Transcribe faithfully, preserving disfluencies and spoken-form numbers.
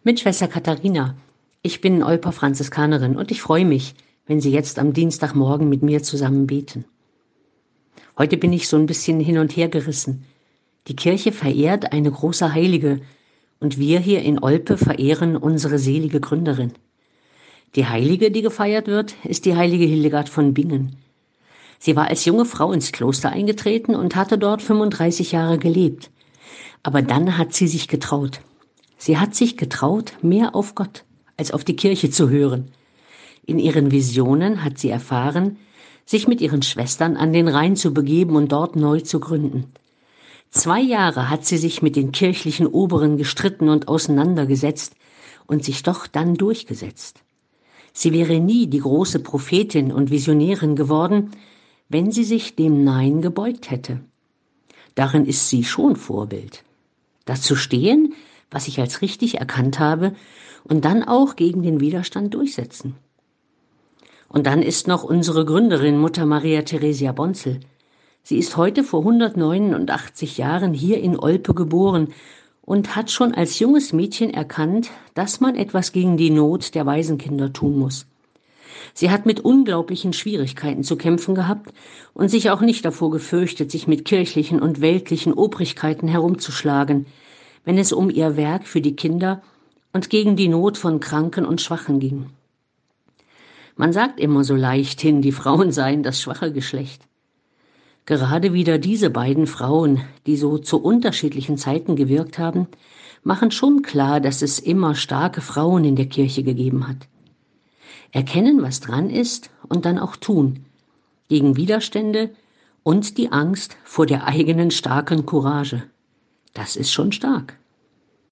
Mit Schwester Katharina. Ich bin Olper Franziskanerin und ich freue mich, wenn Sie jetzt am Dienstagmorgen mit mir zusammen beten. Heute bin ich so ein bisschen hin und her gerissen. Die Kirche verehrt eine große Heilige und wir hier in Olpe verehren unsere selige Gründerin. Die Heilige, die gefeiert wird, ist die heilige Hildegard von Bingen. Sie war als junge Frau ins Kloster eingetreten und hatte dort fünfunddreißig Jahre gelebt. Aber dann hat sie sich getraut. Sie hat sich getraut, mehr auf Gott als auf die Kirche zu hören. In ihren Visionen hat sie erfahren, sich mit ihren Schwestern an den Rhein zu begeben und dort neu zu gründen. Zwei Jahre hat sie sich mit den kirchlichen Oberen gestritten und auseinandergesetzt und sich doch dann durchgesetzt. Sie wäre nie die große Prophetin und Visionärin geworden, wenn sie sich dem Nein gebeugt hätte. Darin ist sie schon Vorbild. Das zu stehen, was ich als richtig erkannt habe, und dann auch gegen den Widerstand durchsetzen. Und dann ist noch unsere Gründerin Mutter Maria Theresia Bonzel. Sie ist heute vor hundertneunundachtzig Jahren hier in Olpe geboren und hat schon als junges Mädchen erkannt, dass man etwas gegen die Not der Waisenkinder tun muss. Sie hat mit unglaublichen Schwierigkeiten zu kämpfen gehabt und sich auch nicht davor gefürchtet, sich mit kirchlichen und weltlichen Obrigkeiten herumzuschlagen, wenn es um ihr Werk für die Kinder und gegen die Not von Kranken und Schwachen ging. Man sagt immer so leichthin, die Frauen seien das schwache Geschlecht. Gerade wieder diese beiden Frauen, die so zu unterschiedlichen Zeiten gewirkt haben, machen schon klar, dass es immer starke Frauen in der Kirche gegeben hat. Erkennen, was dran ist und dann auch tun, gegen Widerstände und die Angst vor der eigenen starken Courage. Das ist schon stark.